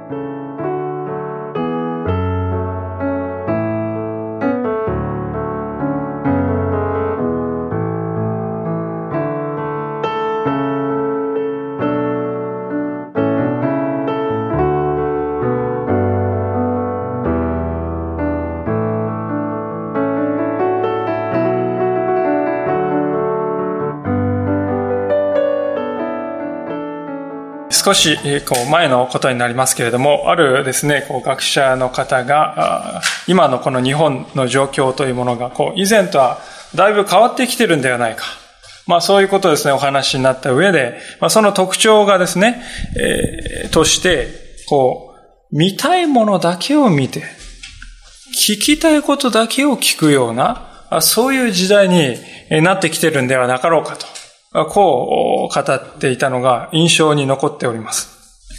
少し前のことになりますけれども、あるですね、学者の方が、今のこの日本の状況というものが、以前とはだいぶ変わってきてるんではないか。そういうことをですね、お話になった上で、その特徴がですね、として、見たいものだけを見て、聞きたいことだけを聞くような、そういう時代になってきてるんではなかろうかと。こう語っていたのが印象に残っております。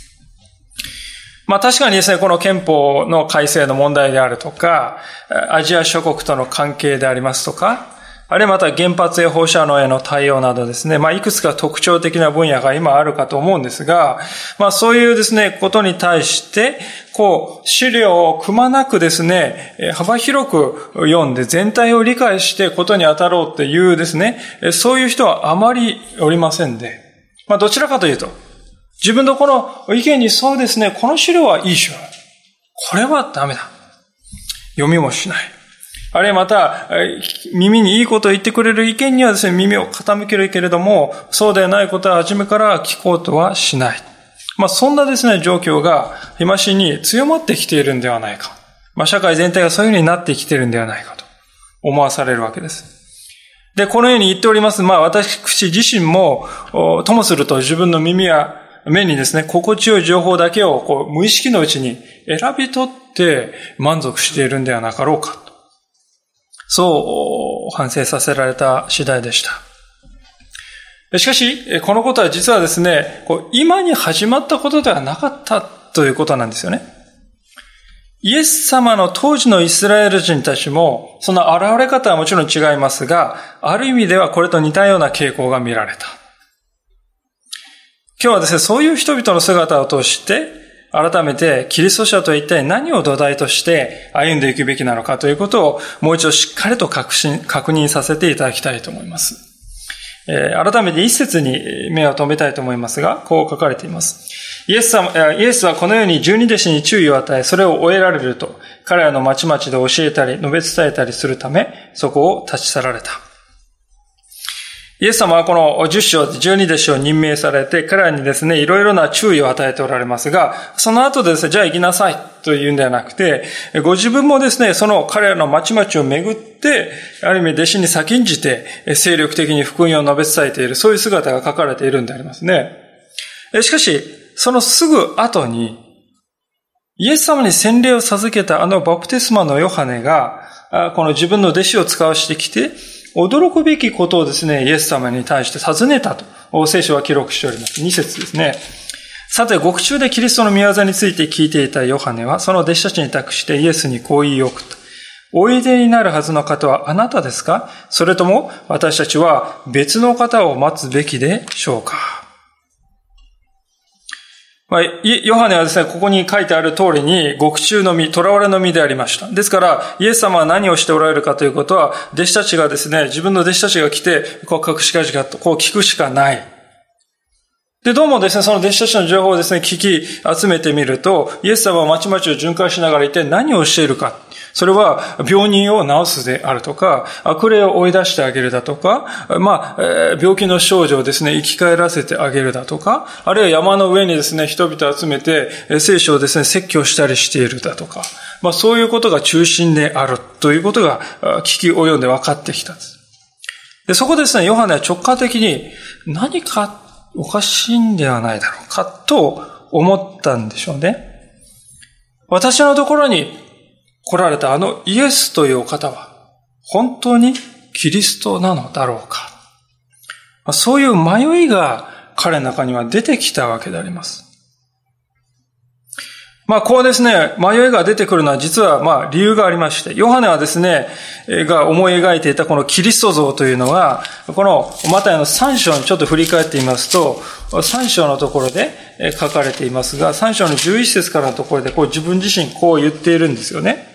確かにですね、この憲法の改正の問題であるとか、アジア諸国との関係でありますとか、あるいはまた原発や放射能への対応などですね、いくつか特徴的な分野が今あるかと思うんですが、そういうですね、ことに対して、資料をくまなくですね、幅広く読んで全体を理解してことに当たろうっていうですね、そういう人はあまりおりませんで、どちらかというと、自分のこの意見にそうですね、この資料はいい資料。これはダメだ。読みもしない。あるいはまた、耳にいいことを言ってくれる意見にはですね、耳を傾けるけれども、そうではないことは初めから聞こうとはしない。そんなですね、状況が日増しに強まってきているんではないか。社会全体がそういうふうになってきているんではないかと思わされるわけです。で、このように言っております。私自身も、ともすると自分の耳や目にですね、心地よい情報だけを無意識のうちに選び取って満足しているんではなかろうか。そう反省させられた次第でした。しかし、このことは実はですね、今に始まったことではなかったということなんですよね。イエス様の当時のイスラエル人たちも、その現れ方はもちろん違いますが、ある意味ではこれと似たような傾向が見られた。今日はですね、そういう人々の姿を通して、改めてキリスト者とは一体何を土台として歩んでいくべきなのかということをもう一度しっかりと確認させていただきたいと思います。改めて一節に目を留めたいと思いますが、こう書かれています。イエスはこのように12弟子に注意を与え、それを終えられると、彼らの町々で教えたり、述べ伝えたりするため、そこを立ち去られた。イエス様はこの10章で12弟子を任命されて、彼らにですね、いろいろな注意を与えておられますが、その後でですね、じゃあ行きなさいというんではなくて、ご自分もですね、その彼らの町々を巡って、ある意味弟子に先んじて、精力的に福音を述べ伝えている、そういう姿が書かれているんでありますね。しかし、そのすぐ後に、イエス様に洗礼を授けたバプテスマのヨハネが、この自分の弟子を使わしてきて、驚くべきことをですね、イエス様に対して尋ねたと、聖書は記録しております。2節ですね。さて、獄中でキリストの御業について聞いていたヨハネは、その弟子たちに託してイエスにこう言い送った。おいでになるはずの方はあなたですか？それとも私たちは別の方を待つべきでしょうか？ヨハネはですね、ここに書いてある通りに、獄中の身、囚われの身でありました。ですから、イエス様は何をしておられるかということは、弟子たちがですね、自分の弟子たちが来て、隠しかじかと、聞くしかない。で、どうもですね、その弟子たちの情報をですね、聞き集めてみると、イエス様は町々を巡回しながら一体何をしているか。それは、病人を治すであるとか、悪霊を追い出してあげるだとか、病気の少女をですね、生き返らせてあげるだとか、あるいは山の上にですね、人々を集めて、聖書をですね、説教したりしているだとか、そういうことが中心であるということが、聞き及んで分かってきたんです。で、そこでですね、ヨハネは直感的に何かおかしいんではないだろうかと思ったんでしょうね。私のところに来られたイエスというお方は本当にキリストなのだろうか。そういう迷いが彼の中には出てきたわけであります。 こうですね、迷いが出てくるのは実は理由がありまして、ヨハネはですね、が思い描いていたこのキリスト像というのは、このマタイの3章にちょっと振り返ってみますと、3章のところで書かれていますが、3章の11節からのところでこう自分自身こう言っているんですよね。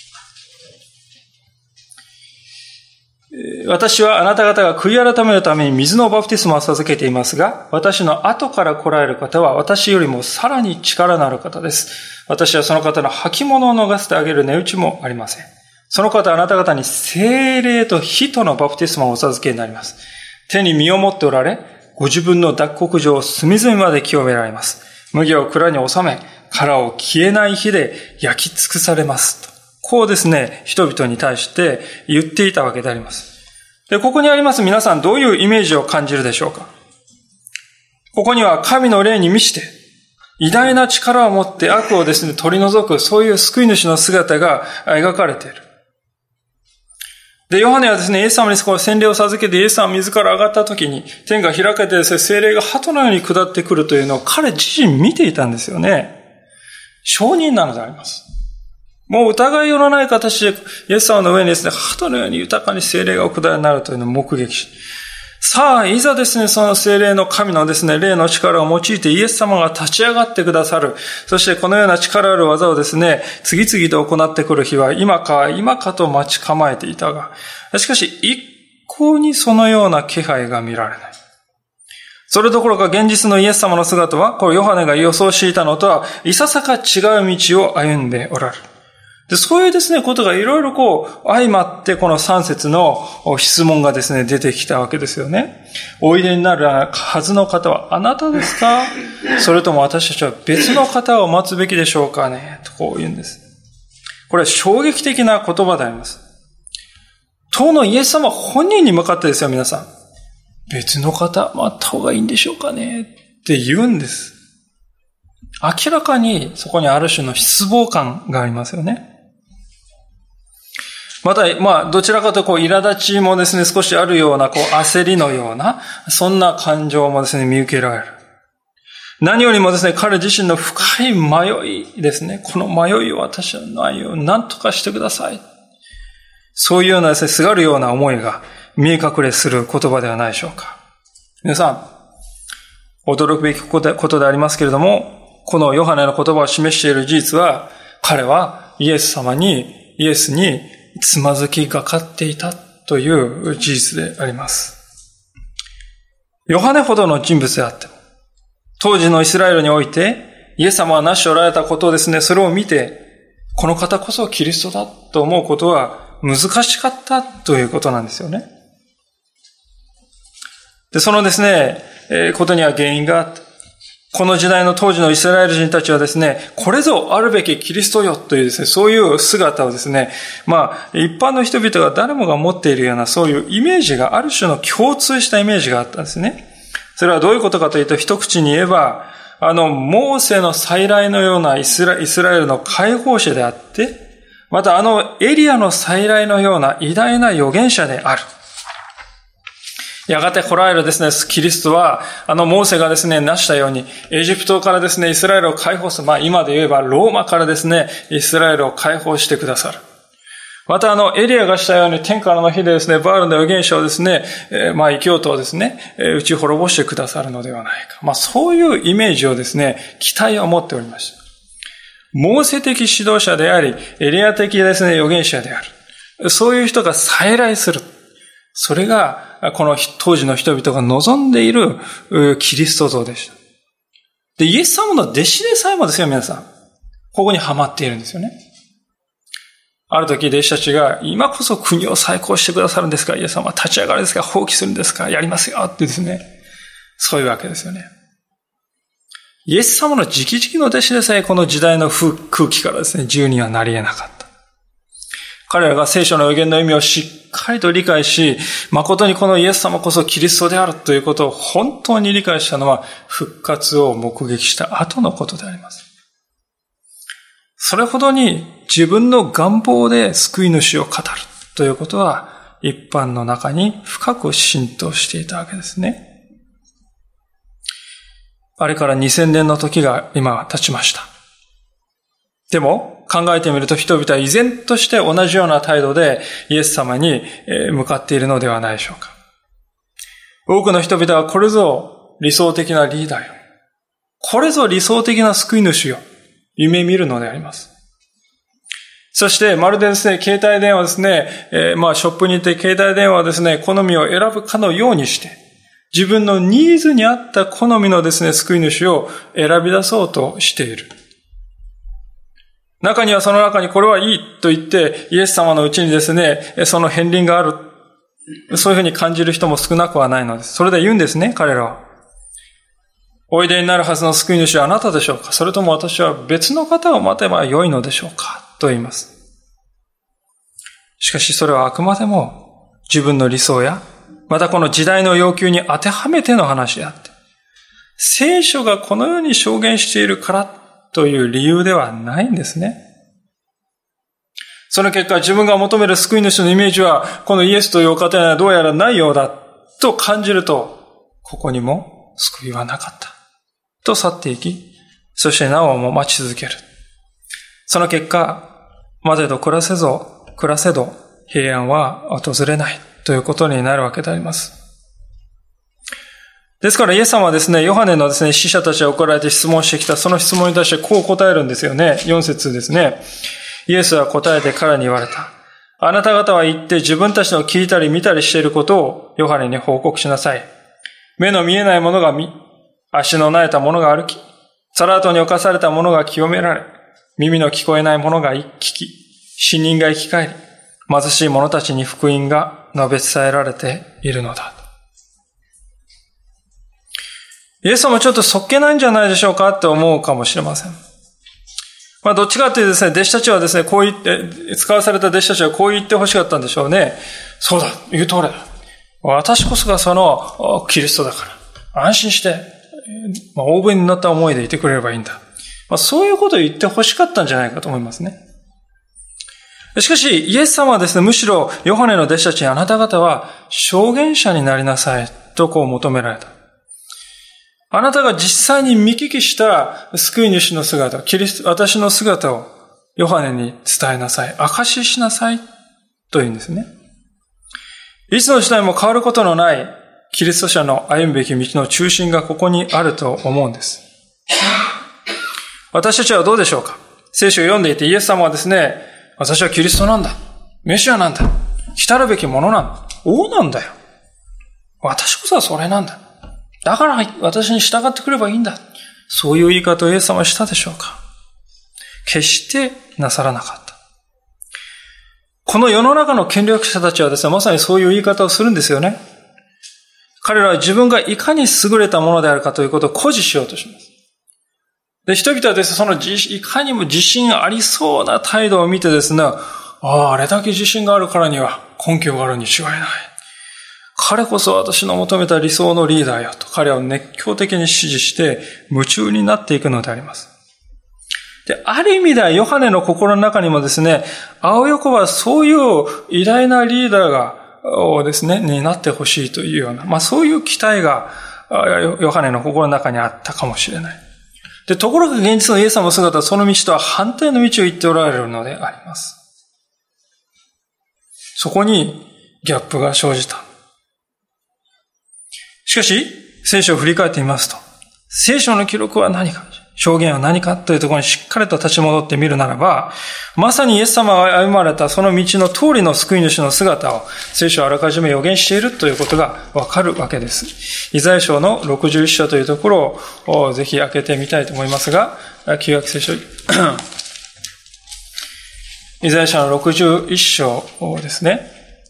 私はあなた方が悔い改めるために水のバプテスマを授けていますが、私の後から来られる方は私よりもさらに力のある方です。私はその方の履物を逃してあげる値打ちもありません。その方はあなた方に聖霊と火とのバプテスマをお授けになります。手に身を持っておられ、ご自分の脱穀場を隅々まで清められます。麦を蔵に収め、殻を消えない火で焼き尽くされますと。こうですね、人々に対して言っていたわけであります。で、ここにあります皆さんどういうイメージを感じるでしょうか。ここには神の霊に満ちて、偉大な力を持って悪をですね、取り除く、そういう救い主の姿が描かれている。で、ヨハネはですね、イエス様にこの洗礼を授けてイエス様自ら上がった時に、天が開けてですね、聖霊が鳩のように下ってくるというのを彼自身見ていたんですよね。証人なのであります。もう疑いようのない形でイエス様の上にですね、鳩のように豊かに聖霊がお下りになるというのを目撃し、さあ、いざですね、その聖霊の神のですね、霊の力を用いてイエス様が立ち上がってくださる。そしてこのような力ある技をですね、次々と行ってくる日は今かと待ち構えていたが、しかし一向にそのような気配が見られない。それどころか現実のイエス様の姿は、これヨハネが予想していたのとは、いささか違う道を歩んでおられる。で、そういうですね、ことがいろいろ相まって、この3節の質問がですね、出てきたわけですよね。おいでになるはずの方はあなたですか？それとも私たちは別の方を待つべきでしょうかね？とこう言うんです。これは衝撃的な言葉であります。当のイエス様本人に向かってですよ、皆さん。別の方待った方がいいんでしょうかね？って言うんです。明らかにそこにある種の失望感がありますよね。また、どちらかと苛立ちもですね、少しあるような、焦りのような、そんな感情もですね、見受けられる。何よりもですね、彼自身の深い迷いですね、この迷いを私はないように何とかしてください。そういうようなですね、すがるような思いが見え隠れする言葉ではないでしょうか。皆さん、驚くべきことでありますけれども、このヨハネの言葉を示している事実は、彼はイエスにつまずきがかっていたという事実であります。ヨハネほどの人物であっても、当時のイスラエルにおいて、イエス様が成しておられたことをですね、それを見て、この方こそキリストだと思うことは難しかったということなんですよね。で、そのですね、ことには原因があった。この時代の当時のイスラエル人たちはですね、これぞあるべきキリストよというですね、そういう姿をですね、一般の人々が誰もが持っているようなそういうイメージが、ある種の共通したイメージがあったんですね。それはどういうことかというと、一口に言えば、モーセの再来のようなイスラエルの解放者であって、またエリアの再来のような偉大な預言者である。やがて来られるですね、キリストは、モーセがですね、成したように、エジプトからですね、イスラエルを解放する。今で言えば、ローマからですね、イスラエルを解放してくださる。またエリアがしたように、天からの火でですね、バールの預言者をですね、異教徒をですね、打ち滅ぼしてくださるのではないか。そういうイメージをですね、期待を持っておりました。モーセ的指導者であり、エリア的ですね、預言者である。そういう人が再来する。それが、この当時の人々が望んでいるキリスト像でした。で、イエス様の弟子でさえもですよ、皆さん。ここにはまっているんですよね。ある時、弟子たちが、今こそ国を再興してくださるんですか？イエス様は立ち上がるんですか？放棄するんですか？やりますよってですね。そういうわけですよね。イエス様の直々の弟子でさえこの時代の空気からですね、自由にはなり得なかった。彼らが聖書の預言の意味をしっかりと理解し、誠にこのイエス様こそキリストであるということを本当に理解したのは復活を目撃した後のことであります。それほどに自分の願望で救い主を語るということは一般の中に深く浸透していたわけですね。あれから2000年の時が今経ちました。 でも考えてみると人々は依然として同じような態度でイエス様に向かっているのではないでしょうか。多くの人々はこれぞ理想的なリーダーよ。これぞ理想的な救い主よ。夢見るのであります。そしてまるでですね、携帯電話ですね、ショップに行って携帯電話をですね、好みを選ぶかのようにして、自分のニーズに合った好みのですね、救い主を選び出そうとしている。中にはその中にこれはいいと言って、イエス様のうちにですね、その片鱗がある。そういうふうに感じる人も少なくはないのです。それで言うんですね、彼らは。おいでになるはずの救い主はあなたでしょうか？それとも私は別の方を待てばよいのでしょうか？と言います。しかしそれはあくまでも自分の理想や、またこの時代の要求に当てはめての話であって、聖書がこのように証言しているからという理由ではないんですね。その結果、自分が求める救い主のイメージは、このイエスというお方にはどうやらないようだと感じると、ここにも救いはなかった。と去っていき、そしてなおも待ち続ける。その結果、待てど暮らせど平安は訪れないということになるわけであります。ですからイエス様はですね、ヨハネのですね、使者たちが送られて質問してきたその質問に対してこう答えるんですよね。4節ですね。イエスは答えて彼に言われた。あなた方は行って自分たちの聞いたり見たりしていることをヨハネに報告しなさい。目の見えないものが見、足の萎えたものが歩き、皿跡に侵されたものが清められ、耳の聞こえないものが聞き、死人が生き返り、貧しい者たちに福音が述べ伝えられているのだ。イエス様ちょっとそっけないんじゃないでしょうかって思うかもしれません。どっちかというとですね、弟子たちはですね、こう言って、使わされた弟子たちはこう言ってほしかったんでしょうね。そうだ、言う通りだ。私こそがそのキリストだから。安心して、オーブンになった思いでいてくれればいいんだ。そういうことを言ってほしかったんじゃないかと思いますね。しかし、イエス様はですね、むしろヨハネの弟子たちにあなた方は証言者になりなさいとこう求められた。あなたが実際に見聞きした救い主の姿、私の姿をヨハネに伝えなさい。証ししなさいというんですね。いつの時代も変わることのないキリスト者の歩むべき道の中心がここにあると思うんです。私たちはどうでしょうか？聖書を読んでいてイエス様はですね、私はキリストなんだ。メシアなんだ。来たるべきものなんだ。王なんだよ。私こそはそれなんだ。だから私に従ってくればいいんだ。そういう言い方をイエス様はしたでしょうか？決してなさらなかった。この世の中の権力者たちはですね、まさにそういう言い方をするんですよね。彼らは自分がいかに優れたものであるかということを誇示しようとします。で、人々はですね、そのいかにも自信ありそうな態度を見てですね、あれだけ自信があるからには根拠があるに違いない。彼こそ私の求めた理想のリーダーよと彼を熱狂的に支持して夢中になっていくのであります。で、ある意味ではヨハネの心の中にもですね、青横はそういう偉大なリーダーをですね、になってほしいというような、そういう期待がヨハネの心の中にあったかもしれない。で、ところが現実のイエス様の姿はその道とは反対の道を行っておられるのであります。そこにギャップが生じた。しかし、聖書を振り返ってみますと、聖書の記録は何か、証言は何かというところにしっかりと立ち戻ってみるならば、まさにイエス様が歩まれたその道の通りの救い主の姿を聖書はあらかじめ予言しているということがわかるわけです。イザヤ書の61章というところをぜひ開けてみたいと思いますが、旧約聖書、イザヤ書の61章ですね。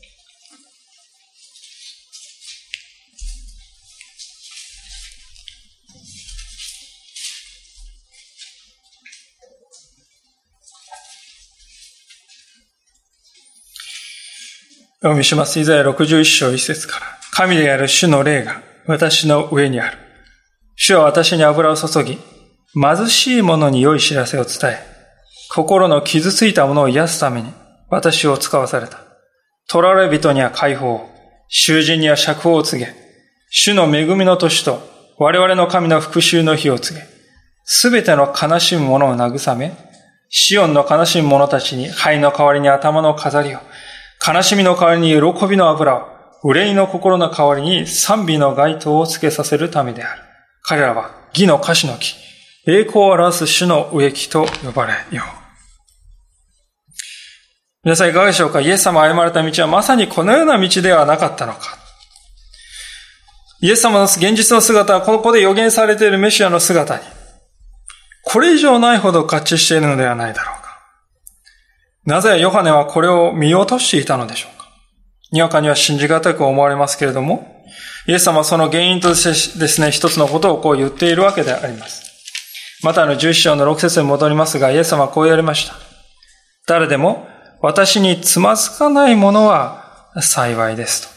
お読みします。イザヤ61章1節から。神である主の霊が私の上にある。主は私に油を注ぎ、貧しい者に良い知らせを伝え、心の傷ついた者を癒すために私を使わされた。囚われ人には解放、囚人には釈放を告げ、主の恵みの年と我々の神の復讐の日を告げ、すべての悲しむ者を慰め、 シオンの悲しむ者たちに灰の代わりに頭の飾りを、悲しみの代わりに喜びの油を、憂いの心の代わりに賛美の街灯をつけさせるためである。彼らは義の樫の木、栄光を表す種の植木と呼ばれよう。皆さんいかがでしょうか。イエス様が歩まれた道はまさにこのような道ではなかったのか。イエス様の現実の姿はここで予言されているメシアの姿に、これ以上ないほど合致しているのではないだろうか。なぜヨハネはこれを見落としていたのでしょうか。にわかには信じがたく思われますけれども、イエス様はその原因としてですね、一つのことをこう言っているわけであります。マタイの11章の6節に戻りますが、イエス様はこう言われました。誰でも私につまずかないものは幸いですと。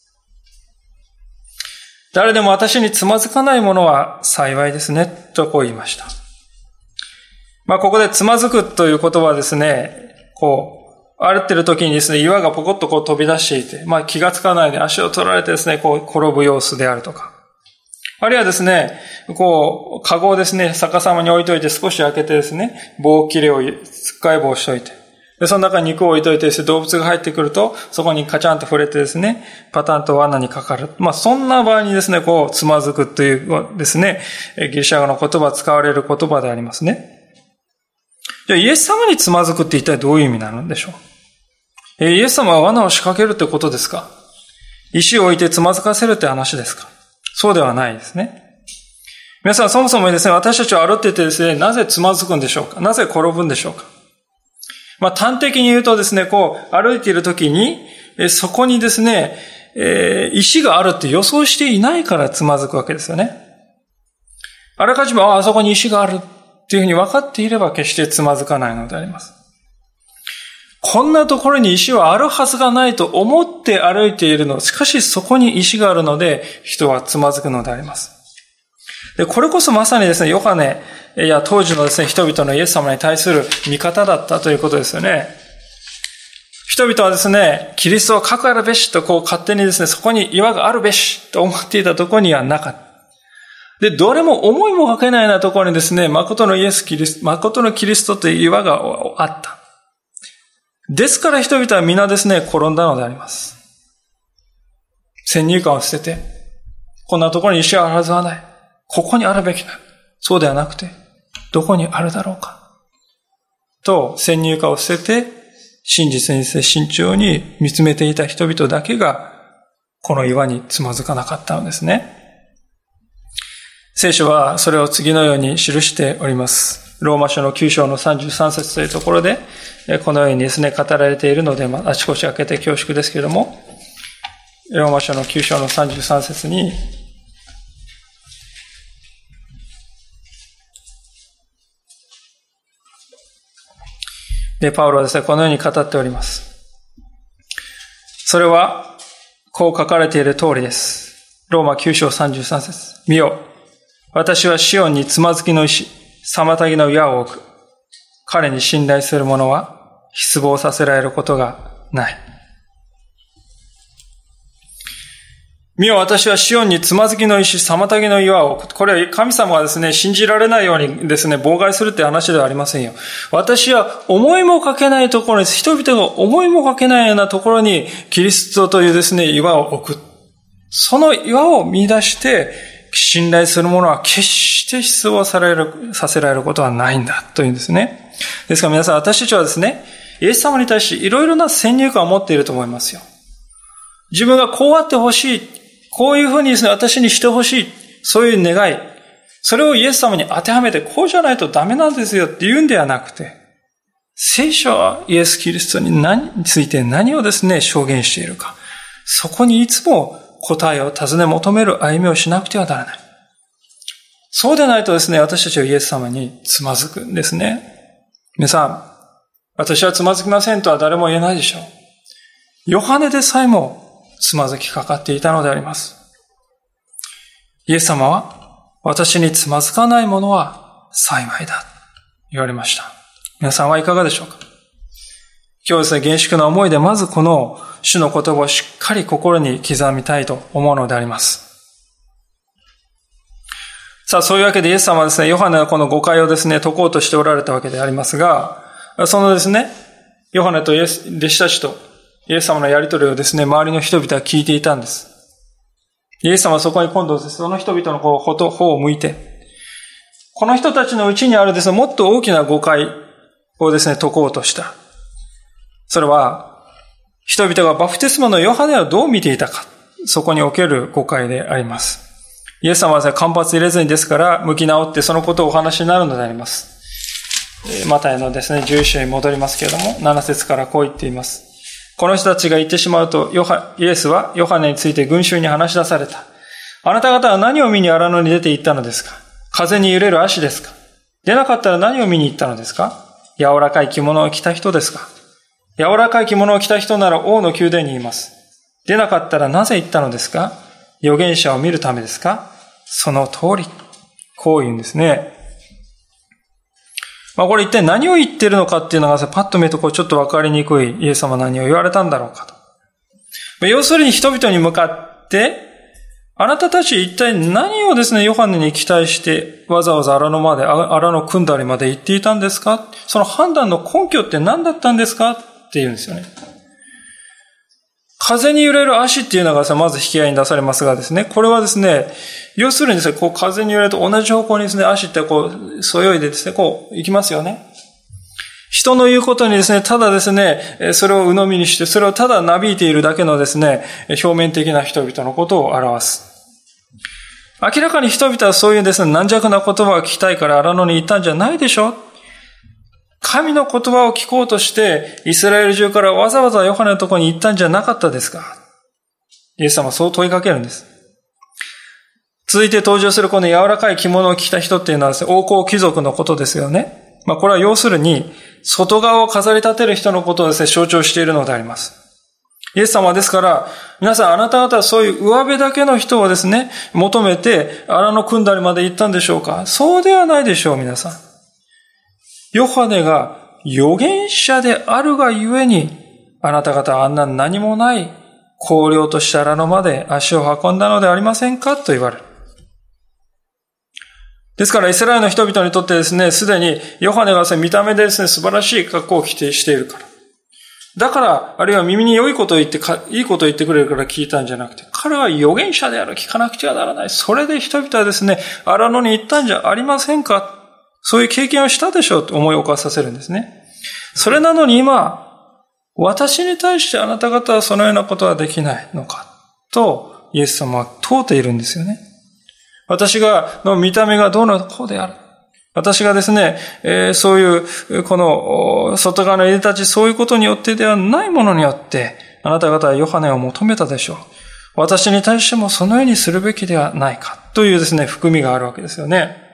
誰でも私につまずかないものは幸いですね、とこう言いました。ここでつまずくという言葉はですね、歩っている時にですね、岩がポコッと飛び出していて、気がつかないで足を取られてですね、転ぶ様子であるとか。あるいはですね、カゴをですね、逆さまに置いといて少し開けてですね、棒切れをつっかい棒をしといて、で、その中に肉を置いといてですね、動物が入ってくると、そこにカチャンと触れてですね、パタンと罠にかかる。そんな場合にですね、つまずくというですね、ギリシャ語の言葉、使われる言葉でありますね。じゃあ、イエス様につまずくって一体どういう意味なのでしょう。イエス様は罠を仕掛けるってことですか。石を置いてつまずかせるって話ですか。そうではないですね。皆さん、そもそもですね、私たちは歩っていてですね、なぜつまずくんでしょうか。なぜ転ぶんでしょうか。端的に言うとですね、歩いているときに、そこにですね、石があるって予想していないからつまずくわけですよね。あらかじめ、あそこに石があるっていうふうに分かっていれば決してつまずかないのであります。こんなところに石はあるはずがないと思って歩いているの。しかしそこに石があるので、人はつまずくのであります。で、これこそまさにですね、ヨハネや当時のですね、人々のイエス様に対する見方だったということですよね。人々はですね、キリストはかくあるべしと勝手にですね、そこに岩があるべしと思っていたところにはなかった。で、どれも思いもかけないようなところにですね、誠のキリストという岩があった。ですから人々は皆ですね、転んだのであります。先入観を捨てて、こんなところに石があるはずはない。ここにあるべきだ。そうではなくて、どこにあるだろうか。と、先入観を捨てて、真実に慎重に見つめていた人々だけが、この岩につまずかなかったのですね。聖書はそれを次のように記しております。ローマ書の9章の33節というところで、このようにですね、語られているので、あちこち開けて恐縮ですけれども、ローマ書の9章の33節に、で、パウロはですね、このように語っております。それは、こう書かれている通りです。ローマ9章33節。見よ、私はシオンにつまずきの石、妨げの矢を置く。彼に信頼する者は失望させられることがない。見よ、私はシオンにつまずきの石、妨げの岩を置く。これは神様がですね、信じられないようにですね、妨害するって話ではありませんよ。私は思いもかけないところに、人々が思いもかけないようなところに、キリストというですね、岩を置く。その岩を見出して、信頼する者は決して失望させられることはないんだ、というんですね。ですから皆さん、私たちはですね、イエス様に対していろいろな先入観を持っていると思いますよ。自分がこうあってほしい。こういうふうにですね、私にしてほしい。そういう願い。それをイエス様に当てはめて、こうじゃないとダメなんですよって言うんではなくて、聖書はイエス・キリストについて何をですね、証言しているか。そこにいつも答えを尋ね求める歩みをしなくてはならない。そうでないとですね、私たちはイエス様につまずくんですね。皆さん、私はつまずきませんとは誰も言えないでしょう。ヨハネでさえもつまずきかかっていたのであります。イエス様は、私につまずかないものは幸いだ。言われました。皆さんはいかがでしょうか。今日ですね、厳粛な思いでまずこの主の言葉をしっかり心に刻みたいと思うのであります。さあ、そういうわけでイエス様はですね、ヨハネはこの誤解をですね、解こうとしておられたわけでありますが、 そのですね、ヨハネと弟子たちとイエス様のやりとりをですね、周りの人々は聞いていたんです。イエス様はそこに今度その人々の方を向いて、この人たちのうちにあるですね、もっと大きな誤解をですね、解こうとした。それは、人々がバプテスマのヨハネをどう見ていたか、そこにおける誤解であります。イエス様は間髪入れずにですから向き直ってそのことをお話になるのであります。マタイのですね、11章に戻りますけれども、7節からこう言っています。この人たちが言ってしまうと、イエスはヨハネについて群衆に話し出された。あなた方は何を見に荒野に出て行ったのですか？風に揺れる足ですか？出なかったら何を見に行ったのですか？柔らかい着物を着た人ですか？柔らかい着物を着た人なら王の宮殿にいます。出なかったらなぜ行ったのですか？預言者を見るためですか？その通り。こう言うんですね。これ一体何を言っているのかっていうのがパッと見るとちょっとわかりにくい。イエス様は何を言われたんだろうかと。要するに人々に向かって、あなたたち一体何をですね、ヨハネに期待してわざわざ荒野組んだりまで行っていたんですか？その判断の根拠って何だったんですかって言うんですよね。風に揺れる足っていうのがまず引き合いに出されますがですね、これはですね、要するにですね、風に揺れると同じ方向にですね、足ってそよいでですね、行きますよね。人の言うことにですね、ただですね、それを鵜呑みにして、それをただなびいているだけのですね、表面的な人々のことを表す。明らかに人々はそういうですね、軟弱な言葉を聞きたいから荒野に行ったんじゃないでしょ。神の言葉を聞こうとして、イスラエル中からわざわざヨハネのところに行ったんじゃなかったですか？イエス様はそう問いかけるんです。続いて登場するこの柔らかい着物を着た人っていうのはですね、王侯貴族のことですよね。これは要するに、外側を飾り立てる人のことをですね、象徴しているのであります。イエス様はですから、皆さんあなた方はそういう上辺だけの人をですね、求めて荒野組んだりまで行ったんでしょうか？そうではないでしょう、皆さん。ヨハネが預言者であるがゆえに、あなた方はあんな何もない荒涼とした荒野まで足を運んだのではありませんかと言われる。ですからイスラエルの人々にとってですね、すでにヨハネが見た目でですね、素晴らしい格好をしているから。だから、あるいは耳に良いことを言って、いいことを言ってくれるから聞いたんじゃなくて、彼は預言者である、聞かなくてはならない。それで人々はですね、荒野に行ったんじゃありませんか？そういう経験をしたでしょうと思い起こさせるんですね。それなのに今、私に対してあなた方はそのようなことはできないのかと、イエス様は問うているんですよね。私の見た目がどうのこうである。私がですね、そういう、この外側の入れたち、そういうことによってではないものによって、あなた方はヨハネを求めたでしょう。私に対してもそのようにするべきではないか、というですね、含みがあるわけですよね。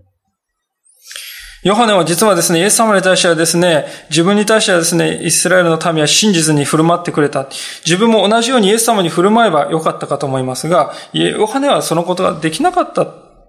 ヨハネは実はですね、イエス様に対してはですね、自分に対してはですね、イスラエルの民は真実に振る舞ってくれた。自分も同じようにイエス様に振る舞えばよかったかと思いますが、ヨハネはそのことができなかった。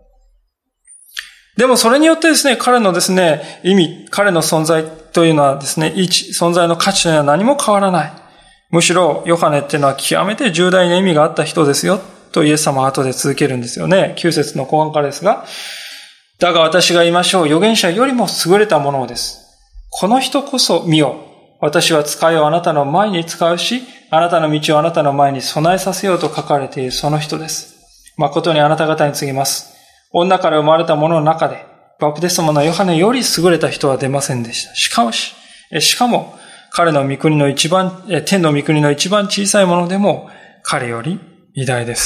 でもそれによってですね、彼のですね、意味、彼の存在というのはですね、存在の価値というのは何も変わらない。むしろ、ヨハネっていうのは極めて重大な意味があった人ですよ、とイエス様は後で続けるんですよね。9節の後半からですが、だが私が言いましょう。預言者よりも優れたものです。この人こそ見よ。私は使いをあなたの前に使うし、あなたの道をあなたの前に備えさせようと書かれているその人です。誠にあなた方に告げます。女から生まれた者の中で、バプテスマのヨハネより優れた人は出ませんでした。しかも、彼の御国の天の御国の一番小さいものでも、彼より偉大です。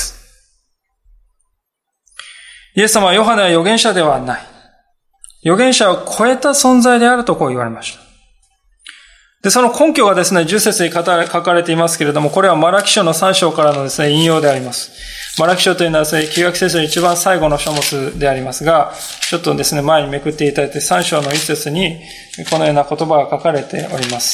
イエス様はヨハネは預言者ではない。預言者を超えた存在であるとこう言われました。で、その根拠がですね、10節に書かれていますけれども、これはマラキ書の3章からのですね、引用であります。マラキ書というのはですね、旧約聖書の一番最後の書物でありますが、ちょっとですね、前にめくっていただいて3章の1節に、このような言葉が書かれております。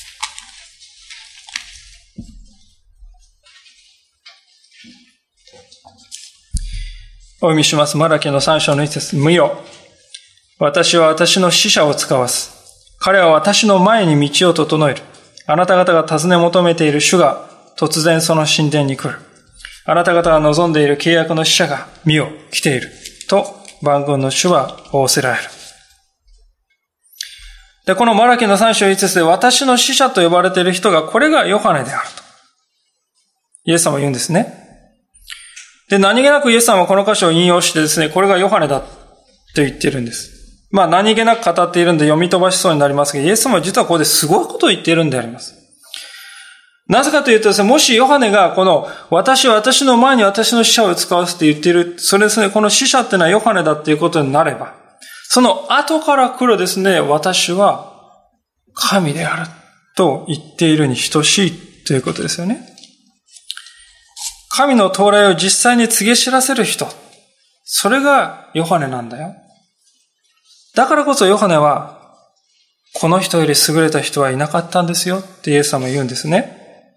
お読みします。マラキの3章の1節。見よ。私は私の使者を使わす。彼は私の前に道を整える。あなた方が尋ね求めている主が突然その神殿に来る。あなた方が望んでいる契約の使者が見よ、来ている。と万軍の主は仰せられる。 で、このマラキの3章5節で私の使者と呼ばれている人がこれがヨハネであると。イエス様は言うんですね。で、何気なくイエス様はこの箇所を引用してですね、これがヨハネだと言っているんです。何気なく語っているんで読み飛ばしそうになりますが、イエス様は実はここですごいことを言っているんであります。なぜかというとですね、もしヨハネがこの私の前に私の使者を使わせて言っている、それですね、この使者っていうのはヨハネだっていうことになれば、その後から来るですね、私は神であると言っているに等しいということですよね。神の到来を実際に告げ知らせる人、それがヨハネなんだよ。だからこそヨハネは、この人より優れた人はいなかったんですよってイエス様は言うんですね。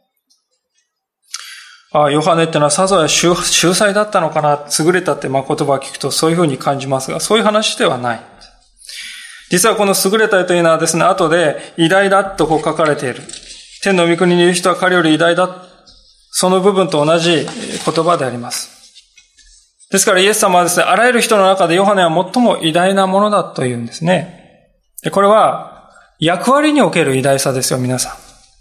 ヨハネってのはさぞや秀才だったのかな、優れたって言葉を聞くとそういうふうに感じますが、そういう話ではない。実はこの優れたというのはですね、後で偉大だとこう書かれている。天の御国にいる人は彼より偉大だ。その部分と同じ言葉であります。ですからイエス様はですね、あらゆる人の中でヨハネは最も偉大なものだというんですね。で、これは役割における偉大さですよ、皆さ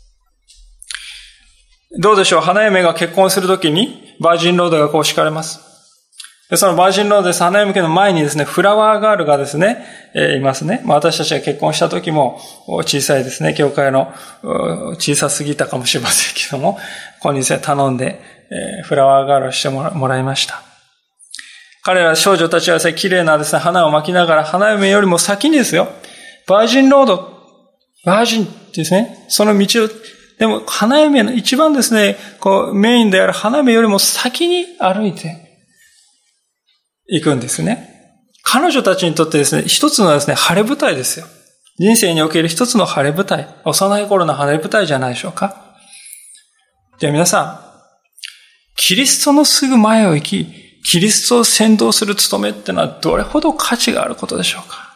ん。どうでしょう、花嫁が結婚するときにバージンロードがこう敷かれます。で、そのバージンロードです。花嫁家の前にですね、フラワーガールがですね、いますね。私たちが結婚した時も、小さいですね、教会の小さすぎたかもしれませんけども、ここにですね、頼んで、フラワーガールをしてもらいました。彼ら少女たちはですね、綺麗なですね、花を巻きながら、花嫁よりも先にですよ、バージンロード、バージンですね、その道を、でも花嫁の一番ですね、こうメインである花嫁よりも先に歩いて、行くんですね。彼女たちにとってですね、一つのですね、晴れ舞台ですよ。人生における一つの晴れ舞台。幼い頃の晴れ舞台じゃないでしょうか。では皆さん、キリストのすぐ前を行き、キリストを先導する務めってのはどれほど価値があることでしょうか。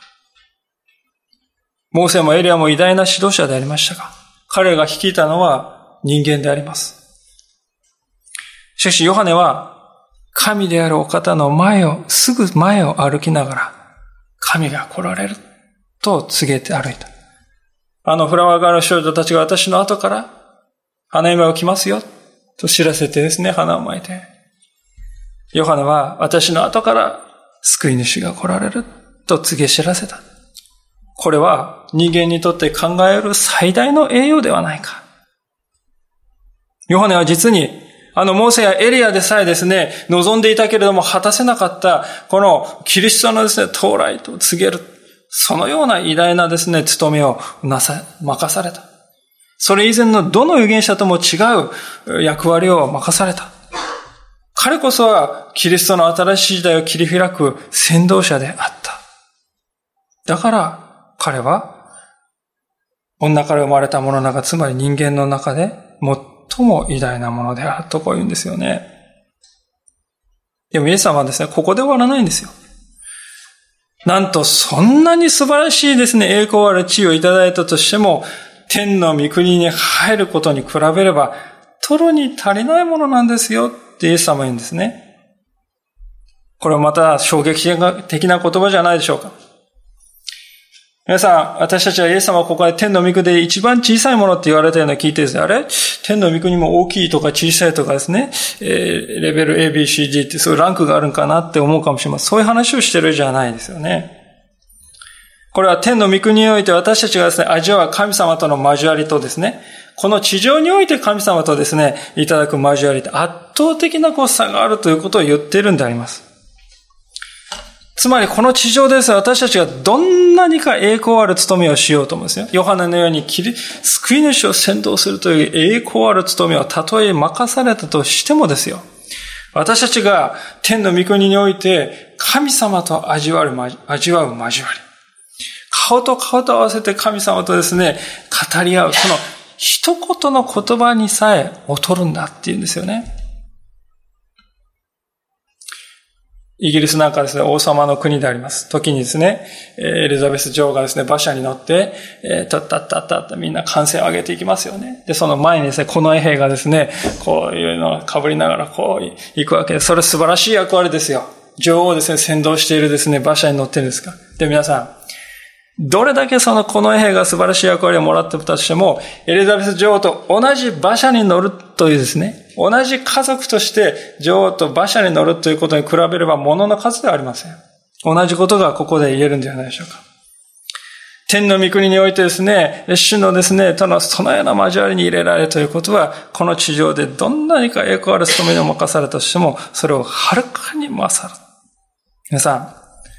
モーセもエリアも偉大な指導者でありましたが、彼が率いたのは人間であります。しかしヨハネは、神であるお方のすぐ前を歩きながら、神が来られると告げて歩いた。フラワーガールの少女たちが私の後から花嫁を来ますよと知らせてですね、花を巻いて。ヨハネは私の後から救い主が来られると告げ知らせた。これは人間にとって考える最大の栄誉ではないか。ヨハネは実にモーセやエリアでさえですね、望んでいたけれども果たせなかった、このキリストのですね、到来と告げる。そのような偉大なですね、務めを任された。それ以前のどの預言者とも違う役割を任された。彼こそはキリストの新しい時代を切り開く先導者であった。だから彼は女から生まれたものの中、つまり人間の中で最も偉大なものであるとこう言うんですよね。でもイエス様はですね、ここで終わらないんですよ。なんとそんなに素晴らしいですね、栄光ある地位をいただいたとしても、天の御国に入ることに比べれば、取るに足りないものなんですよってイエス様は言うんですね。これはまた衝撃的な言葉じゃないでしょうか。皆さん、私たちはイエス様はここで天の御国で一番小さいものって言われたような聞いてですね、あれ天の御国も大きいとか小さいとかですね、レベル A、B、C、D ってそういうランクがあるんかなって思うかもしれません。そういう話をしてるじゃないですよね。これは天の御国において私たちがですね、味わう神様との交わりとですね、この地上において神様とですね、いただく交わりって圧倒的な差があるということを言っているんであります。つまりこの地上でですね、私たちがどんなにか栄光ある務めをしようと思うんですよ。ヨハネのように救い主を先導するという栄光ある務めをたとえ任されたとしてもですよ。私たちが天の御国において神様と味わう交わり。顔と顔と合わせて神様とですね、語り合う。その一言の言葉にさえ劣るんだっていうんですよね。イギリスなんかですね、王様の国であります。時にですね、エリザベス女王がですね、馬車に乗って、たったみんな歓声を上げていきますよね。で、その前にですね、近衛兵がですね、こういうのを被りながらこう行くわけです。それ素晴らしい役割ですよ。女王をですね、先導しているですね、馬車に乗ってるんですか。で、皆さん、 どれだけこの兵が素晴らしい役割をもらってたとしても、エリザベス女王と同じ馬車に乗るというですね、同じ家族として女王と馬車に乗るということに比べれば物の数ではありません。同じことがここで言えるんではないでしょうか。天の御国においてですね、主のですね、そのような交わりに入れられるということは、この地上でどんなにか栄光ある務めを任されたとしても、それをはるかに勝る。皆さん、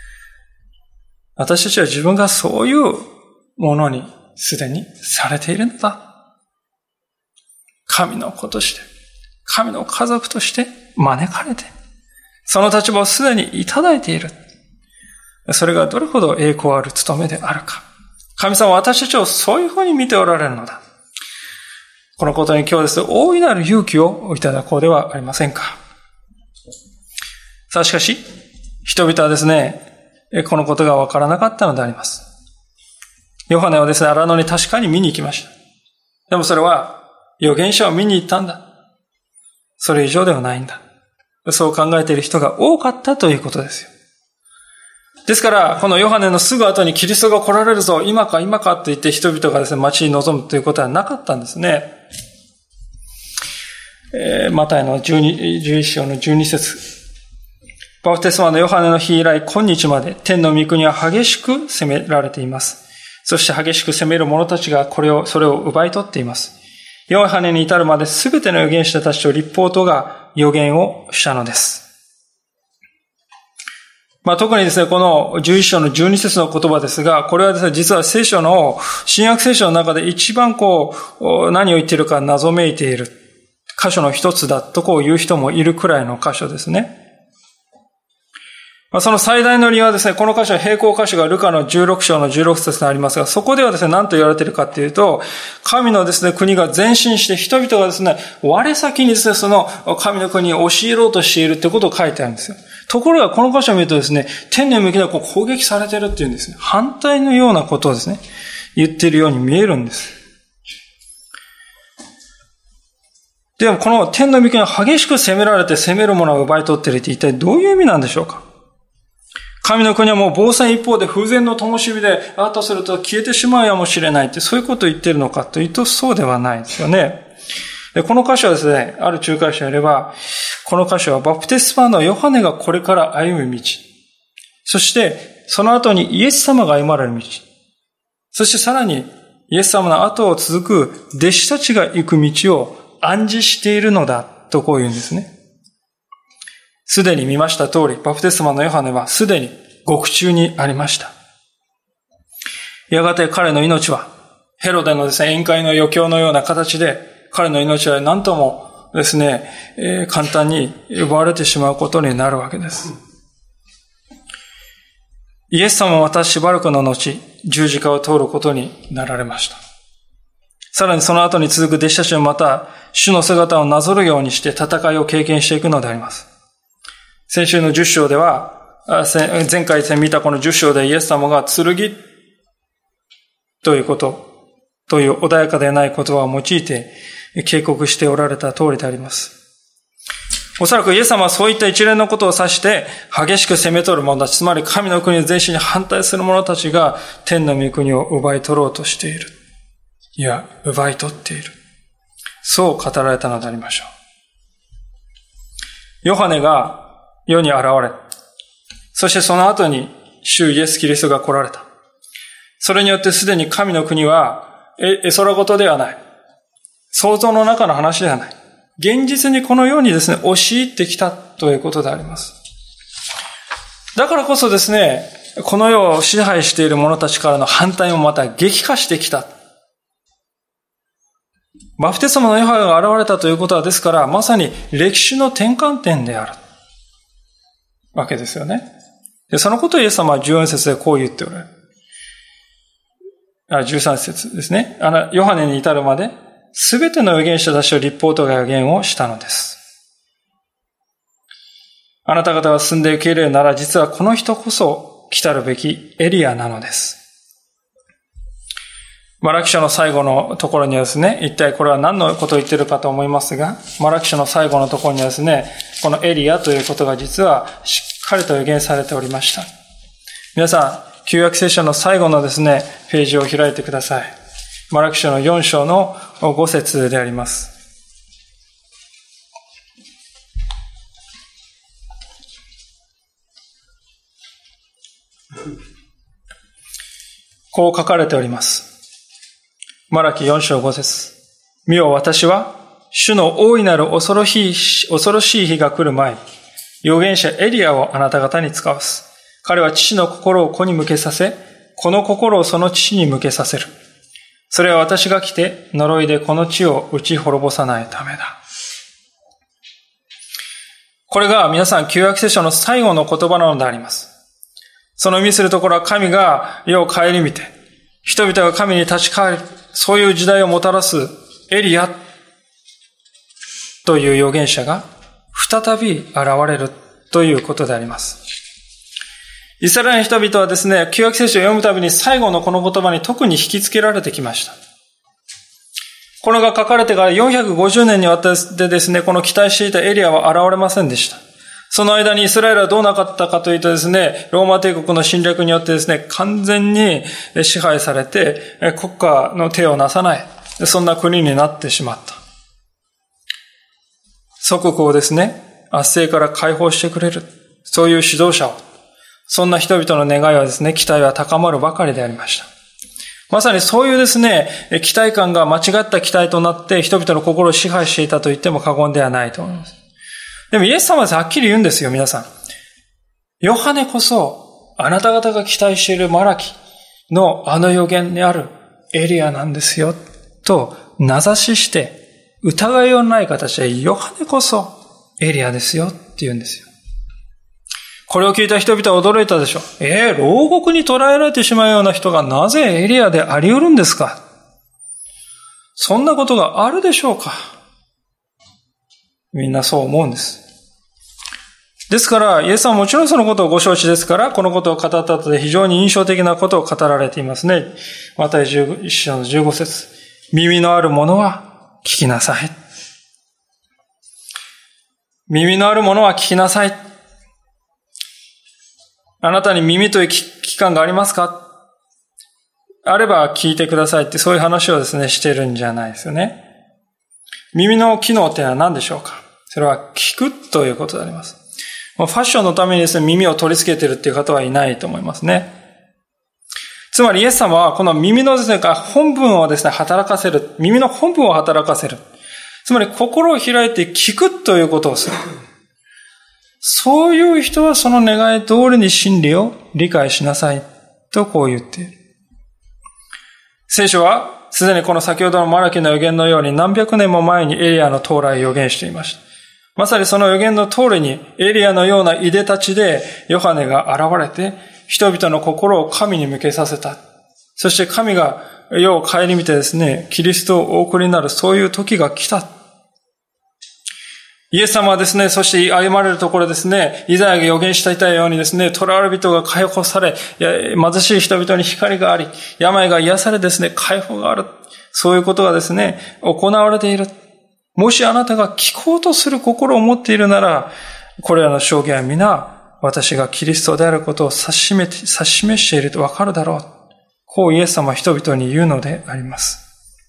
私たちは自分がそういうものにすでにされているのだ。神の子として、神の家族として招かれて、その立場をすでにいただいている。それがどれほど栄光ある務めであるか。神様は私たちをそういうふうに見ておられるのだ。このことに今日ですね、大いなる勇気をいただこうではありませんか。さあしかし、人々はですね、このことがわからなかったのであります。ヨハネはですね、荒野に確かに見に行きました。でもそれは預言者を見に行ったんだ。それ以上ではないんだ。そう考えている人が多かったということですよ。ですから、このヨハネのすぐ後にキリストが来られるぞ、今か今かと言って人々がですね、待ち望むということはなかったんですね。マタイの11章の12節。バプテスマのヨハネの日以来、今日まで天の御国は激しく責められています。そして激しく責める者たちがそれを奪い取っています。ヨハネに至るまで全ての預言者たちと律法とが預言をしたのです。特にですね、この11章の12節の言葉ですが、これはですね、実は新約聖書の中で一番何を言っているか謎めいている箇所の一つだと言う人もいるくらいの箇所ですね。その最大の理由はですね、この箇所は並行箇所がルカの16章の16節にありますが、そこではですね、何と言われているかというと、神のですね、国が前進して人々がですね、我先にですね、その神の国を押し入ろうとしているということを書いてあるんですよ。ところがこの箇所を見るとですね、天の御国が攻撃されているっていうんですね。反対のようなことをですね、言っているように見えるんです。でもこの天の御国が激しく攻められて攻めるものを奪い取っているって一体どういう意味なんでしょうか。神の国はもう防災一方で風前の灯火でとすると消えてしまうやもしれないってそういうことを言っているのかというとそうではないですよね。でこの箇所はですね、ある仲介者によれば、この箇所はバプテスマのヨハネがこれから歩む道、そしてその後にイエス様が歩まれる道、そしてさらにイエス様の後を続く弟子たちが行く道を暗示しているのだとこう言うんですね。すでに見ました通り、バプテスマのヨハネはすでに獄中にありました。やがて彼の命はヘロデのですね、宴会の余興のような形で彼の命は何ともですね、簡単に奪われてしまうことになるわけです。イエス様はまたしばらくの後、十字架を通ることになられました。さらにその後に続く弟子たちもまた主の姿をなぞるようにして戦いを経験していくのであります。先週の10章では、前回見たこの10章でイエス様が剣ということ、という穏やかでない言葉を用いて警告しておられた通りであります。おそらくイエス様はそういった一連のことを指して激しく攻め取る者たち、つまり神の国の前進に反対する者たちが天の御国を奪い取ろうとしている。いや、奪い取っている。そう語られたのでありましょう。ヨハネが世に現れ、そしてその後に主イエス・キリストが来られた。それによってすでに神の国は絵空事ではない。想像の中の話ではない。現実にこのようにですね、押し入ってきたということであります。だからこそですね、この世を支配している者たちからの反対もまた激化してきた。バプテスマのヨハネが現れたということはですから、まさに歴史の転換点であるわけですよね。で、そのことをイエス様は14節でこう言っておられる。13節ですね。ヨハネに至るまで、すべての預言者たちを律法とが預言をしたのです。あなた方が進んで受け入れるなら、実はこの人こそ来たるべきエリアなのです。マラキ書の最後のところにはですね、一体これは何のことを言っているかと思いますが、マラキ書の最後のところにはですね、このエリアということが実はしっかりと予言されておりました。皆さ旧約聖書の最後のですね、ページを開いてください。マラキ書の4章の5節であります。こう書かれております。マラキ4章5節。見よ、私は主の大いなる恐ろしい日が来る前に、預言者エリアをあなた方に使わす。彼は父の心を子に向けさせ、子の心をその父に向けさせる。それは私が来て呪いでこの地を打ち滅ぼさないためだ。これが皆さん旧約聖書の最後の言葉なのであります。その意味するところは神が世を顧みて、人々が神に立ち返る、そういう時代をもたらすエリアという預言者が再び現れるということであります。イスラエルの人々はですね、旧約聖書を読むたびに最後のこの言葉に特に引きつけられてきました。これが書かれてから450年にわたってですね、この期待していたエリアは現れませんでした。その間にイスラエルはどうなかったかというとですね、ローマ帝国の侵略によってですね、完全に支配されて国家の手をなさない、そんな国になってしまった。祖国をですね、圧政から解放してくれる、そういう指導者を、そんな人々の願いはですね、期待は高まるばかりでありました。まさにそういうですね、期待感が間違った期待となって人々の心を支配していたと言っても過言ではないと思います。でもイエス様ははっきり言うんですよ、皆さん。ヨハネこそ、あなた方が期待しているマラキのあの預言にあるエリアなんですよ、と名指しして、疑いようのない形でヨハネこそエリアですよって言うんですよ。これを聞いた人々は驚いたでしょう。牢獄に捕らえられてしまうような人がなぜエリアであり得るんですか？そんなことがあるでしょうか？みんなそう思うんです。ですから、イエスはもちろんそのことをご承知ですから、このことを語った後で非常に印象的なことを語られていますね。マタイ11章の15節。耳のある者は聞きなさい。耳のある者は聞きなさい。あなたに耳という器官がありますか？あれば聞いてくださいって、そういう話をですね、してるんじゃないですよね。耳の機能ってのは何でしょうか？それは聞くということであります。ファッションのためにですね、耳を取り付けているっていう方はいないと思いますね。つまりイエス様はこの耳のですね、本分をですね、働かせる。耳の本分を働かせる。つまり心を開いて聞くということをする。そういう人はその願い通りに真理を理解しなさいとこう言っている。聖書はすでにこの先ほどのマラキの預言のように何百年も前にエリアの到来を予言していました。まさにその預言の通りにエリアのようないでたちでヨハネが現れて人々の心を神に向けさせた。そして神が世を顧みてですね、キリストをお送りになるそういう時が来た。イエス様はですね、そして歩まれるところですね、イザヤが預言していたようにですね、囚われ人が解放され、貧しい人々に光があり、病が癒されですね、解放がある。そういうことがですね、行われている。もしあなたが聞こうとする心を持っているなら、これらの証言は皆、私がキリストであることを指し示しているとわかるだろう。こうイエス様は人々に言うのであります。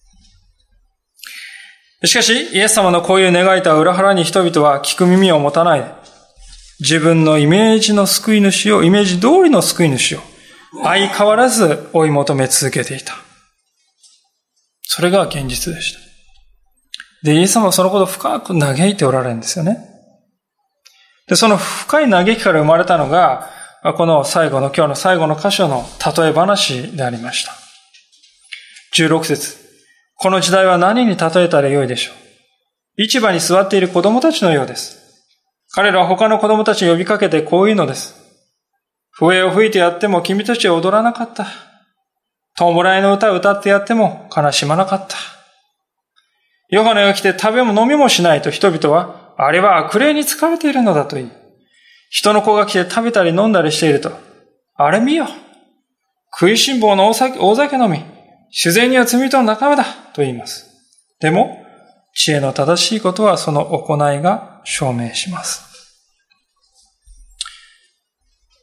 しかし、イエス様のこういう願いとは裏腹に人々は聞く耳を持たないで、自分のイメージの救い主を、イメージ通りの救い主を、相変わらず追い求め続けていた。それが現実でした。で、イエス様はそのことを深く嘆いておられるんですよね。で、その深い嘆きから生まれたのが、この今日の最後の箇所の例え話でありました。16節。この時代は何に例えたらよいでしょう。市場に座っている子供たちのようです。彼らは他の子供たちに呼びかけてこういうのです。笛を吹いてやっても君たちは踊らなかった。弔いの歌を歌ってやっても悲しまなかった。ヨハネが来て食べも飲みもしないと人々は、あれは悪霊に疲れているのだと言い、人の子が来て食べたり飲んだりしていると、あれ見よ。食いしん坊の大酒飲み。自然には罪との仲間だと言います。でも、知恵の正しいことはその行いが証明します。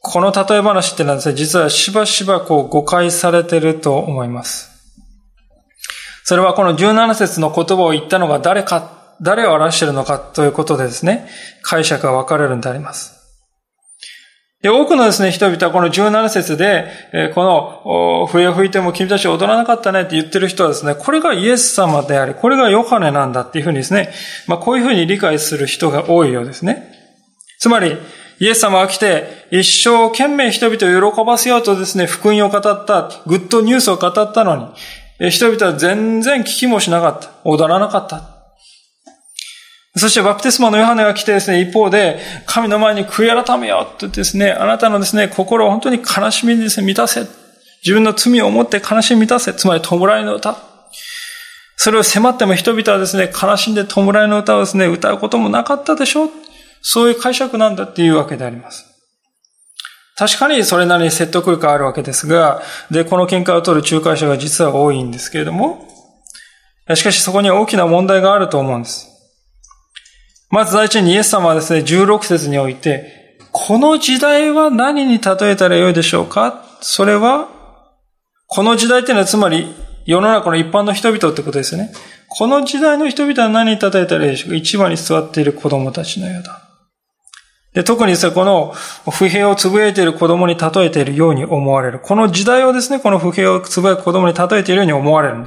この例え話ってのはですね、実はしばしば誤解されていると思います。それはこの17節の言葉を言ったのが誰を表しているのかということでですね、解釈が分かれるんであります。で、多くのですね、人々はこの17節で、この笛を吹いても君たち踊らなかったねって言ってる人はですね、これがイエス様であり、これがヨハネなんだっていうふうにですね、こういうふうに理解する人が多いようですね。つまり、イエス様が来て、一生懸命人々を喜ばせようとですね、福音を語った、グッドニュースを語ったのに、人々は全然聞きもしなかった。踊らなかった。そしてバプテスマのヨハネが来てですね、一方で、神の前に悔い改めようとですね、あなたのですね、心を本当に悲しみにですね、満たせ。自分の罪を思って悲しみ満たせ。つまり、弔いの歌。それを迫っても人々はですね、悲しんで弔いの歌をですね、歌うこともなかったでしょう。そういう解釈なんだっていうわけであります。確かにそれなりに説得力があるわけですが、で、この見解を取る仲介者が実は多いんですけれども、しかしそこには大きな問題があると思うんです。まず第一にイエス様はですね、16節において、この時代は何に例えたらよいでしょうか？それは、この時代っていうのはつまり世の中の一般の人々ってことですね。この時代の人々は何に例えたらよいでしょうか？市場に座っている子供たちのようだ。で、特にですね、この不平をつぶやいている子供に例えているように思われる。この時代をですね、この不平をつぶやく子供に例えているように思われるんです。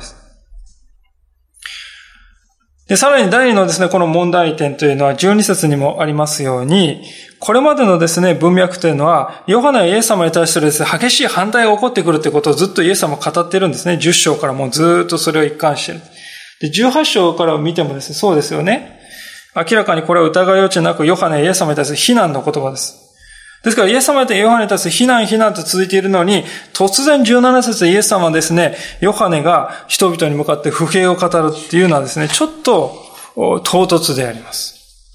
で、さらに第二のですね、この問題点というのは12節にもありますように、これまでのですね、文脈というのは、ヨハネはイエス様に対するですね、激しい反対が起こってくるということをずっとイエス様が語っているんですね。10章からもうずっとそれを一貫している。で、18章から見てもですね、そうですよね。明らかにこれは疑い余地なく、ヨハネはイエス様に対する非難の言葉です。ですから、イエス様とヨハネに対する非難と続いているのに、突然17節でイエス様はですね、ヨハネが人々に向かって不平を語るっていうのはですね、ちょっと唐突であります。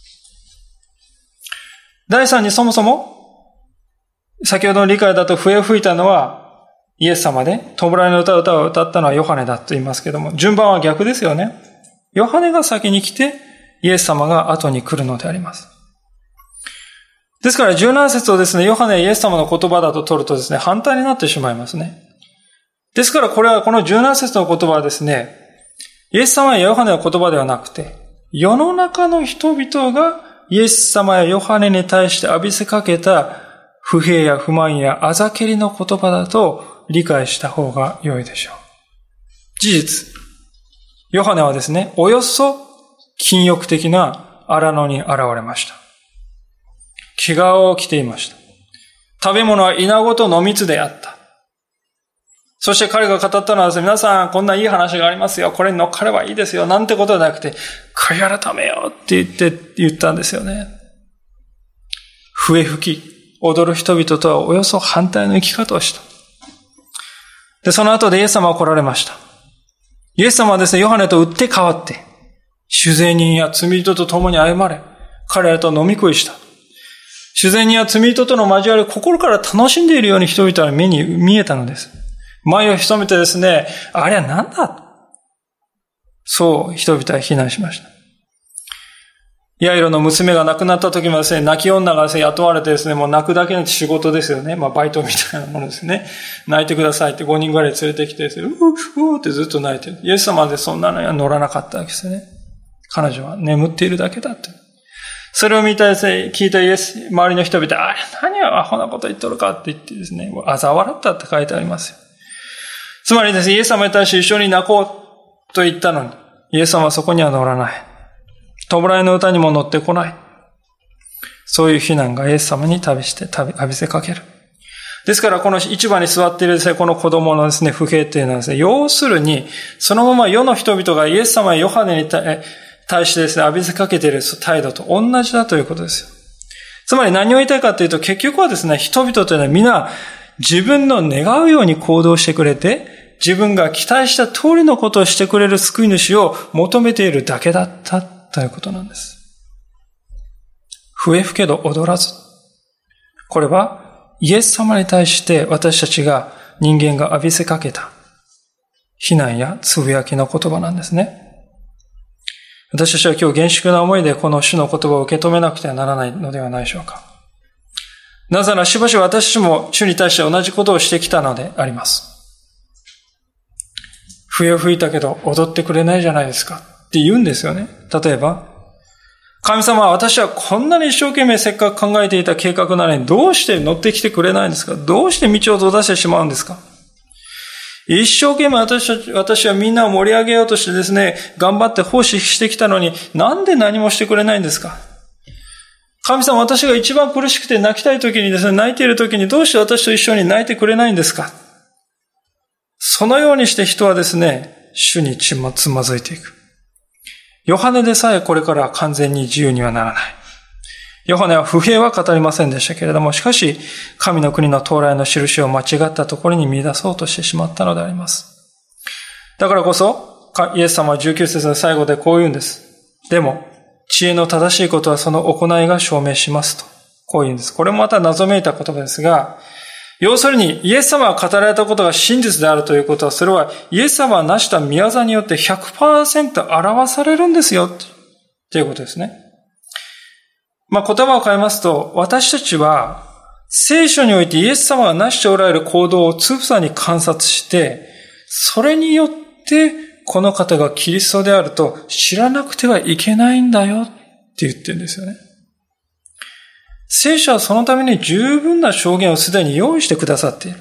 第三にそもそも、先ほどの理解だと笛を吹いたのはイエス様で、弔いの歌を歌ったのはヨハネだと言いますけども、順番は逆ですよね。ヨハネが先に来て、イエス様が後に来るのであります。ですから17節をですね、ヨハネはイエス様の言葉だと取るとですね、反対になってしまいますね。ですからこれはこの17節の言葉はですね、イエス様やヨハネの言葉ではなくて、世の中の人々がイエス様やヨハネに対して浴びせかけた不平や不満やあざけりの言葉だと理解した方が良いでしょう。事実、ヨハネはですね、およそ禁欲的な荒野に現れました。毛皮を着ていました。食べ物はイナゴと野蜜であった。そして彼が語ったのはですね、皆さんこんないい話がありますよ。これに乗っかればいいですよ。なんてことじゃなくて、悔い改めようって言ったんですよね。笛吹き、踊る人々とはおよそ反対の生き方をした。で、その後でイエス様は来られました。イエス様はですね、ヨハネと打って変わって、主税人や罪人と共に謝れ。彼らと飲み食いした。主税人や罪人との交わりを心から楽しんでいるように人々は目に見えたのです。前を潜めてですね、あれは何だ？そう人々は非難しました。ヤイロの娘が亡くなった時もですね、泣き女がですね、雇われてですね、もう泣くだけの仕事ですよね。バイトみたいなものですね。泣いてくださいって5人ぐらい連れてきてですね、うーってずっと泣いてる。イエス様でそんなのには乗らなかったわけですよね。彼女は眠っているだけだって。それを見たですね、聞いた周りの人々は、何をアホなこと言っとるかって言ってですね、嘲笑ったって書いてありますよ。つまりですね、イエス様に対して一緒に泣こうと言ったのに、イエス様はそこには乗らない。弔いの歌にも乗ってこない。そういう非難がイエス様に浴びせかける。ですから、この市場に座っているですね、この子供のですね、不平というのはですね、要するに、そのまま世の人々がイエス様やヨハネに対してですね、浴びせかけている態度と同じだということですよ。つまり何を言いたいかというと、結局はですね、人々というのは皆、自分の願うように行動してくれて、自分が期待した通りのことをしてくれる救い主を求めているだけだったということなんです。笛吹けど踊らず。これはイエス様に対して私たちが人間が浴びせかけた非難やつぶやきの言葉なんですね。私たちは今日厳粛な思いでこの主の言葉を受け止めなくてはならないのではないでしょうか。 なぜならしばしば私たちも主に対して同じことをしてきたのであります。笛を吹いたけど踊ってくれないじゃないですかって言うんですよね。例えば、神様は私はこんなに一生懸命せっかく考えていた計画なのにどうして乗ってきてくれないんですか？どうして道を閉ざしてしまうんですか？一生懸命私はみんなを盛り上げようとしてですね、頑張って奉仕してきたのになんで何もしてくれないんですか？神様、私が一番苦しくて泣きたい時にですね、泣いている時にどうして私と一緒に泣いてくれないんですか？そのようにして人はですね、主につまずいていく。ヨハネでさえこれから完全に自由にはならない。ヨハネは不平は語りませんでしたけれども、しかし神の国の到来の印を間違ったところに見出そうとしてしまったのであります。だからこそイエス様は19節の最後でこう言うんです。でも知恵の正しいことはその行いが証明しますと、こう言うんです。これもまた謎めいた言葉ですが、要するにイエス様が語られたことが真実であるということは、それはイエス様が成した御業によって 100% 表されるんですよということですね。言葉を変えますと、私たちは聖書においてイエス様が成しておられる行動をつぶさに観察して、それによってこの方がキリストであると知らなくてはいけないんだよって言ってるんですよね。聖書はそのために十分な証言をすでに用意してくださっている。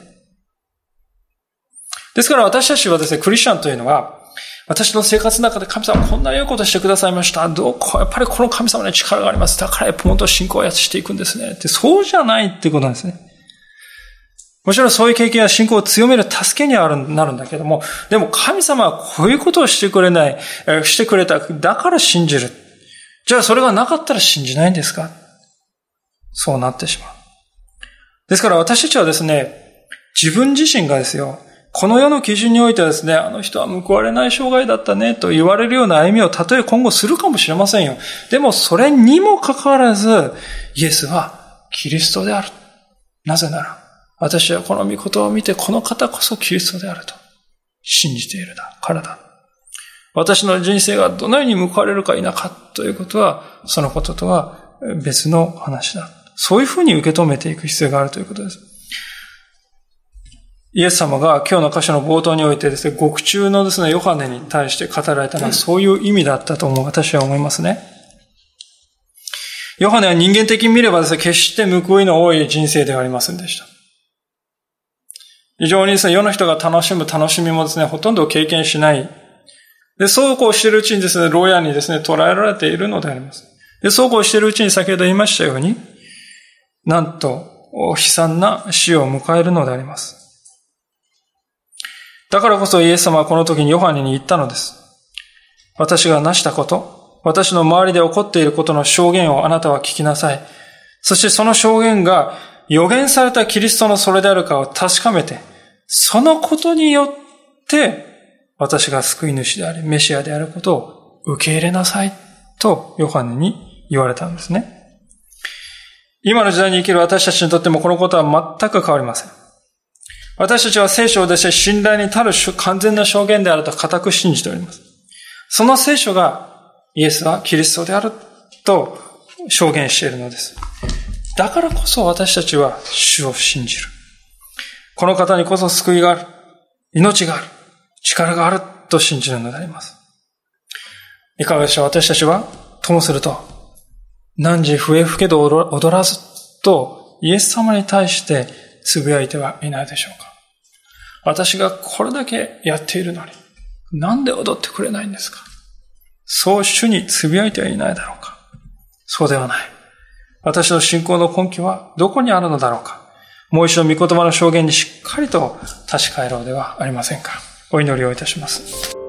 ですから私たちはですね、クリスチャンというのは、私の生活の中で神様こんな良いことしてくださいました。やっぱりこの神様に力があります。だからやっぱ本当信仰をやっていくんですね。って、そうじゃないっていうことなんですね。もちろんそういう経験は信仰を強める助けになるんだけども、でも神様はこういうことをしてくれた。だから信じる。じゃあそれがなかったら信じないんですか？そうなってしまう。ですから私たちはですね、自分自身がですよ、この世の基準においてはですね、あの人は報われない生涯だったねと言われるような歩みをたとえ今後するかもしれませんよ。でもそれにもかかわらず、イエスはキリストである。なぜなら、私はこの御言葉を見て、この方こそキリストであると信じているからだ。私の人生がどのように報われるか否かということは、そのこととは別の話だ。そういうふうに受け止めていく必要があるということです。イエス様が今日の箇所の冒頭においてですね、獄中のですね、ヨハネに対して語られたのはそういう意味だったと私は思いますね。ヨハネは人間的に見ればですね、決して報いの多い人生ではありませんでした。非常にですね、世の人が楽しむ楽しみもですね、ほとんど経験しない。で、そうこうしているうちにですね、牢屋にですね、捕らえられているのであります。で、そうこうしているうちに先ほど言いましたように、なんと悲惨な死を迎えるのであります。だからこそイエス様はこの時にヨハネに言ったのです。私が成したこと、私の周りで起こっていることの証言をあなたは聞きなさい。そしてその証言が予言されたキリストのそれであるかを確かめて、そのことによって私が救い主であり、メシアであることを受け入れなさいとヨハネに言われたんですね。今の時代に生きる私たちにとってもこのことは全く変わりません。私たちは聖書をですね、信頼に足る完全な証言であると固く信じております。その聖書がイエスはキリストであると証言しているのです。だからこそ私たちは主を信じる。この方にこそ救いがある、命がある、力があると信じるのであります。いかがでしょう？私たちはともすると、汝笛吹けど踊らずとイエス様に対してつぶやいてはいないでしょうか？私がこれだけやっているのに、なんで踊ってくれないんですか？そう主につぶやいてはいないだろうか？そうではない。私の信仰の根拠はどこにあるのだろうか？もう一度御言葉の証言にしっかりと立ち返ろうではありませんか。お祈りをいたします。